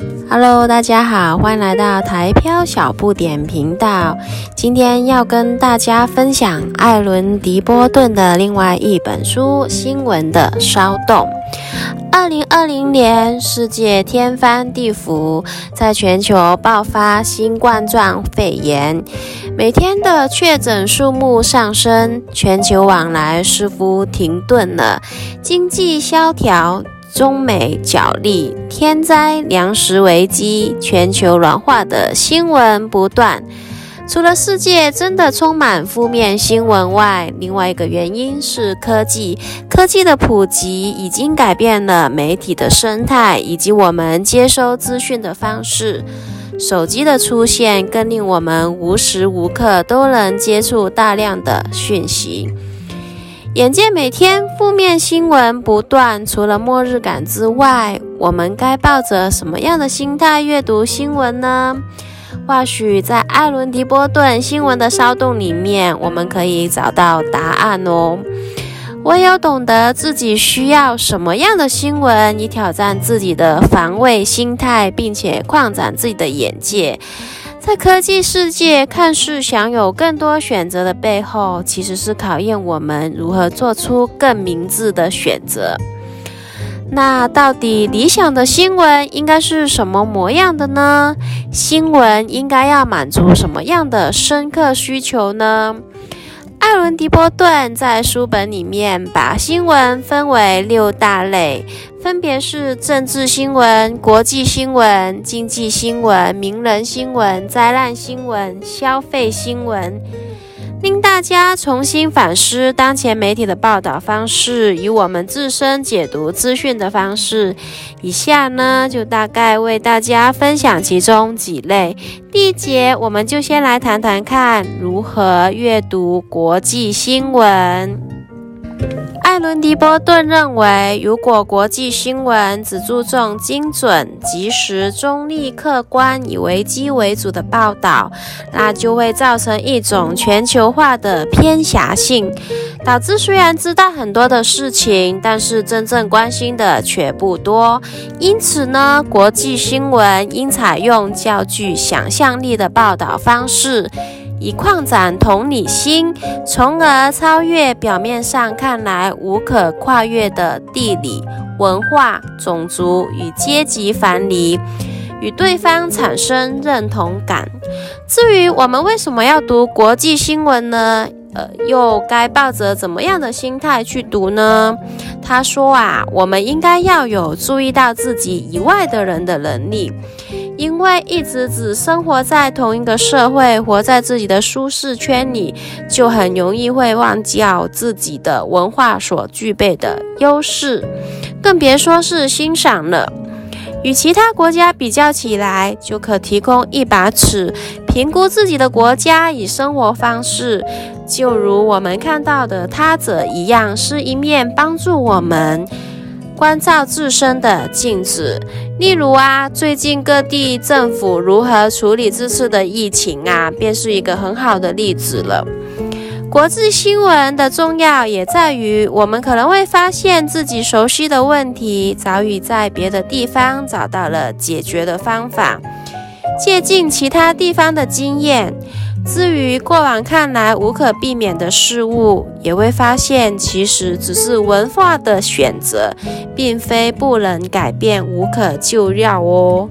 Hello， 大家好，欢迎来到台漂小不点频道。今天要跟大家分享艾伦·迪波顿的另外一本书《新闻的骚动》。2020年，世界天翻地覆，在全球爆发新冠状肺炎，每天的确诊数目上升，全球往来似乎停顿了，经济萧条。中美角力、天灾、粮食危机、全球暖化的新闻不断。除了世界真的充满负面新闻外，另外一个原因是科技的普及已经改变了媒体的生态以及我们接收资讯的方式。手机的出现更令我们无时无刻都能接触大量的讯息。眼见每天负面新闻不断，除了末日感之外，我们该抱着什么样的心态阅读新闻呢？或许在艾伦·迪波顿《新闻的骚动》里面，我们可以找到答案哦。唯有懂得自己需要什么样的新闻，以挑战自己的防卫心态，并且扩展自己的眼界。在科技世界看似享有更多选择的背后，其实是考验我们如何做出更明智的选择。那到底理想的新闻应该是什么模样的呢？新闻应该要满足什么样的深刻需求呢？艾伦·迪波顿在书本里面把新闻分为6大类，分别是政治新闻、国际新闻、经济新闻、名人新闻、灾难新闻、消费新闻，令大家重新反思当前媒体的报道方式与我们自身解读资讯的方式。以下呢，就大概为大家分享其中几类。第一节，我们就先来谈谈看如何阅读国际新闻。艾伦·迪波顿认为，如果国际新闻只注重精准、及时、中立、客观，以危机为主的报道，那就会造成一种全球化的偏狭性，导致虽然知道很多的事情，但是真正关心的却不多。因此呢，国际新闻应采用较具想象力的报道方式，以扩展同理心，从而超越表面上看来无可跨越的地理、文化、种族与阶级藩篱，与对方产生认同感。至于我们为什么要读国际新闻呢？又该抱着怎么样的心态去读呢？他说我们应该要有注意到自己以外的人的能力，因为一直只生活在同一个社会，活在自己的舒适圈里，就很容易会忘掉自己的文化所具备的优势，更别说是欣赏了。与其他国家比较起来，就可提供一把尺，评估自己的国家与生活方式，就如我们看到的他者一样，是一面帮助我们关照自身的镜子。例如最近各地政府如何处理这次的疫情便是一个很好的例子了。国际新闻的重要也在于，我们可能会发现自己熟悉的问题，早已在别的地方找到了解决的方法，借鉴其他地方的经验。至于过往看来无可避免的事物，也会发现其实只是文化的选择，并非不能改变、无可救药哦。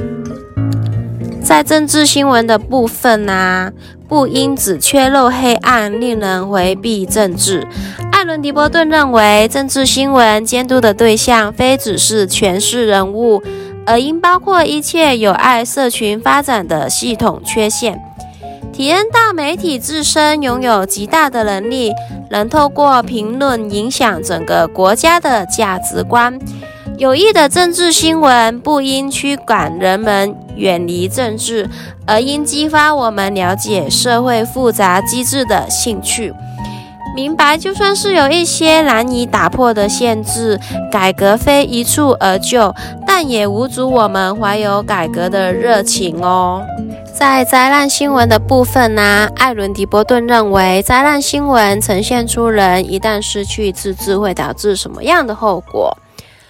在政治新闻的部分不应只缺漏黑暗，令人回避政治。艾伦·迪波顿认为，政治新闻监督的对象非只是权势人物，而应包括一切有碍社群发展的系统缺陷。体验到媒体自身拥有极大的能力，能透过评论影响整个国家的价值观。有益的政治新闻不应驱赶人们远离政治，而应激发我们了解社会复杂机制的兴趣。明白，就算是有一些难以打破的限制，改革非一蹴而就，但也无阻我们怀有改革的热情哦。在灾难新闻的部分艾伦·迪波顿认为，灾难新闻呈现出人一旦失去自制会导致什么样的后果。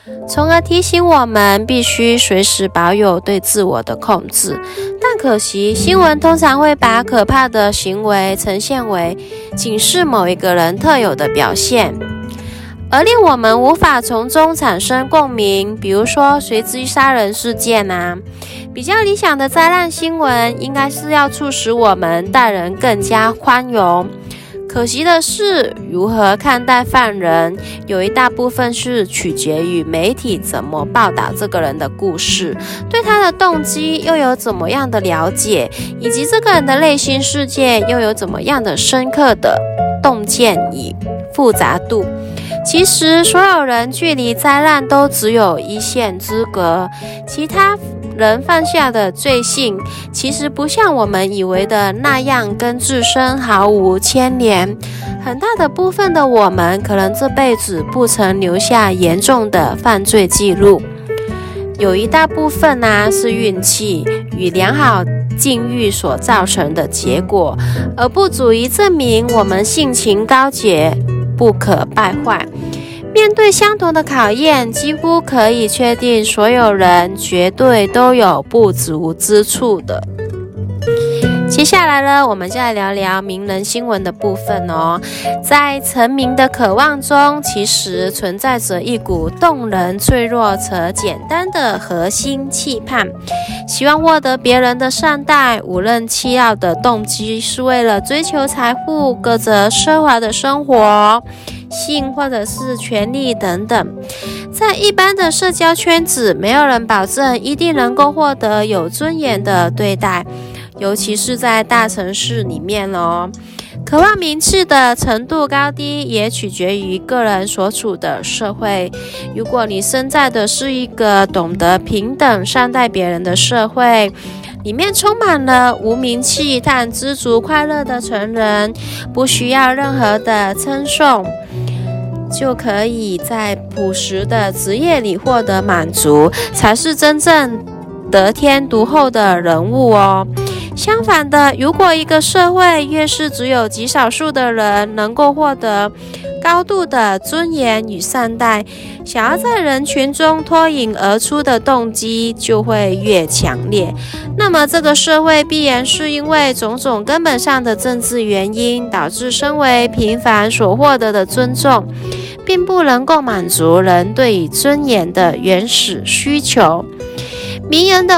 从而提醒我们必须随时保有对自我的控制。但可惜，新闻通常会把可怕的行为呈现为仅是某一个人特有的表现，而令我们无法从中产生共鸣，比如说随机杀人事件啊。比较理想的灾难新闻应该是要促使我们待人更加宽容。可惜的是，如何看待犯人，有一大部分是取决于媒体怎么报道这个人的故事，对他的动机又有怎么样的了解，以及这个人的内心世界又有怎么样的深刻的洞见与复杂度。其实所有人距离灾难都只有一线之隔，其他人犯下的罪行其实不像我们以为的那样跟自身毫无牵连。很大的部分的我们可能这辈子不曾留下严重的犯罪记录，有一大部分是运气与良好境遇所造成的结果，而不足以证明我们性情高洁不可败坏。面对相同的考验，几乎可以确定所有人绝对都有不足之处的。接下来呢，我们就来聊聊名人新闻的部分哦。在成名的渴望中，其实存在着一股动人、脆弱且简单的核心期盼，希望获得别人的善待，无论次要的动机是为了追求财富、过着奢华的生活、性或者是权力等等。在一般的社交圈子，没有人保证一定能够获得有尊严的对待，尤其是在大城市里面哦。渴望名次的程度高低也取决于个人所处的社会。如果你身在的是一个懂得平等善待别人的社会，里面充满了无名气但知足快乐的成人，不需要任何的称颂，就可以在朴实的职业里获得满足，才是真正得天独厚的人物哦。相反的，如果一个社会越是只有极少数的人能够获得高度的尊严与善待，想要在人群中脱颖而出的动机就会越强烈。那么这个社会必然是因为种种根本上的政治原因，导致身为平凡所获得的尊重并不能够满足人对于尊严的原始需求。名人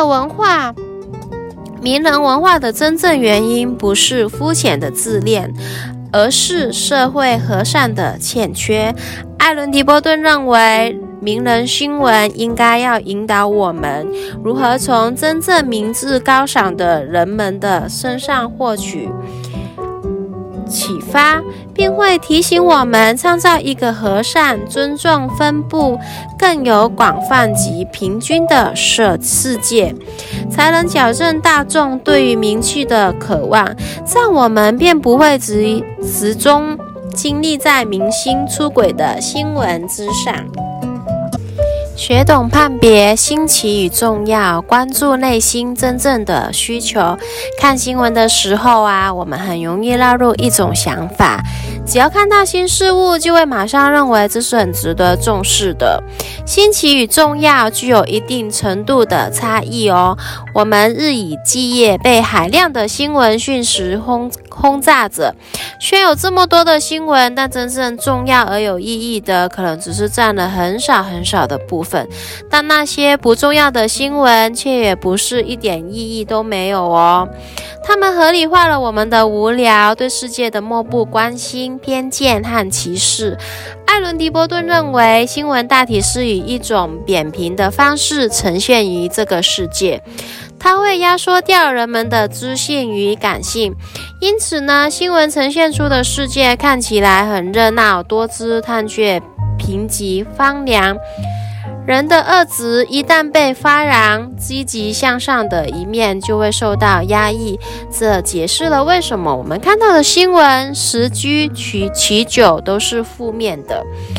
文化的真正原因不是肤浅的自恋，而是社会和善的欠缺。艾伦·迪波顿认为，名人新闻应该要引导我们如何从真正明智高尚的人们的身上获取启发，并会提醒我们创造一个和善、尊重分布更有广泛及平均的世界，才能矫正大众对于名气的渴望，这样我们便不会始终经历在明星出轨的新闻之上。学懂判别新奇与重要，关注内心真正的需求。看新闻的时候我们很容易落入一种想法，只要看到新事物就会马上认为这是很值得重视的。新奇与重要具有一定程度的差异哦。我们日以继夜被海量的新闻讯息轰炸着，虽有这么多的新闻，但真正重要而有意义的可能只是占了很少很少的部分，但那些不重要的新闻却也不是一点意义都没有哦。他们合理化了我们的无聊，对世界的漠不关心、偏见和歧视。艾伦·迪波顿认为，新闻大体是以一种扁平的方式呈现于这个世界，它会压缩掉人们的知性与感性。因此呢，新闻呈现出的世界看起来很热闹多姿，但却贫瘠荒凉。人的恶质一旦被发扬，积极向上的一面就会受到压抑。这解释了为什么我们看到的新闻时居其久都是负面的。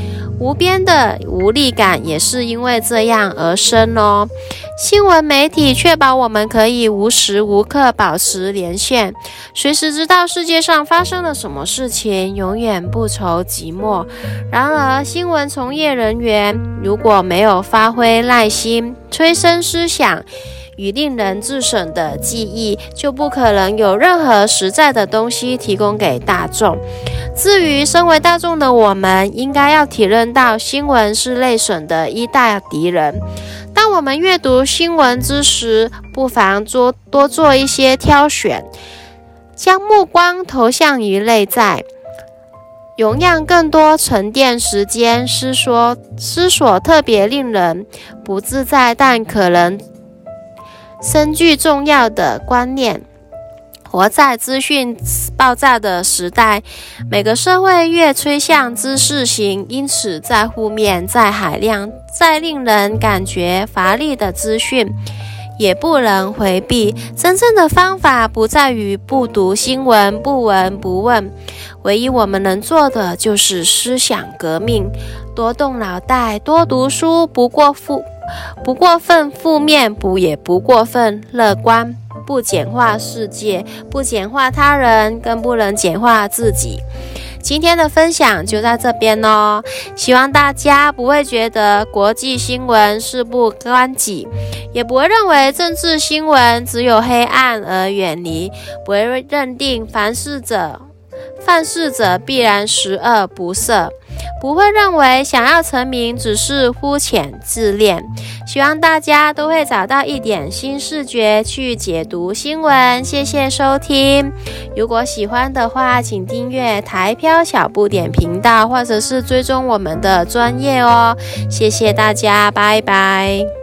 无边的无力感也是因为这样而生哦。新闻媒体确保我们可以无时无刻保持连线，随时知道世界上发生了什么事情，永远不愁寂寞。然而，新闻从业人员如果没有发挥耐心，催生思想与令人自省的记忆，就不可能有任何实在的东西提供给大众。至于身为大众的我们，应该要体认到新闻是内审的一大敌人。当我们阅读新闻之时，不妨多做一些挑选，将目光投向于内在，容让更多沉淀时间思索特别令人不自在但可能深具重要的观念。活在资讯爆炸的时代，每个社会越趋向知识型，因此再负面、再海量、再令人感觉乏力的资讯也不能回避。真正的方法不在于不读新闻、不闻不问，唯一我们能做的就是思想革命，多动脑袋，多读书，不过分负面，也不过分乐观，不简化世界，不简化他人，更不能简化自己。今天的分享就在这边哦，希望大家不会觉得国际新闻事不关己，也不会认为政治新闻只有黑暗而远离，不会认定犯事者必然十恶不赦，不会认为想要成名只是肤浅自恋。希望大家都会找到一点新视觉去解读新闻。谢谢收听，如果喜欢的话，请订阅台漂小不点频道，或者是追踪我们的专业哦。谢谢大家，拜拜。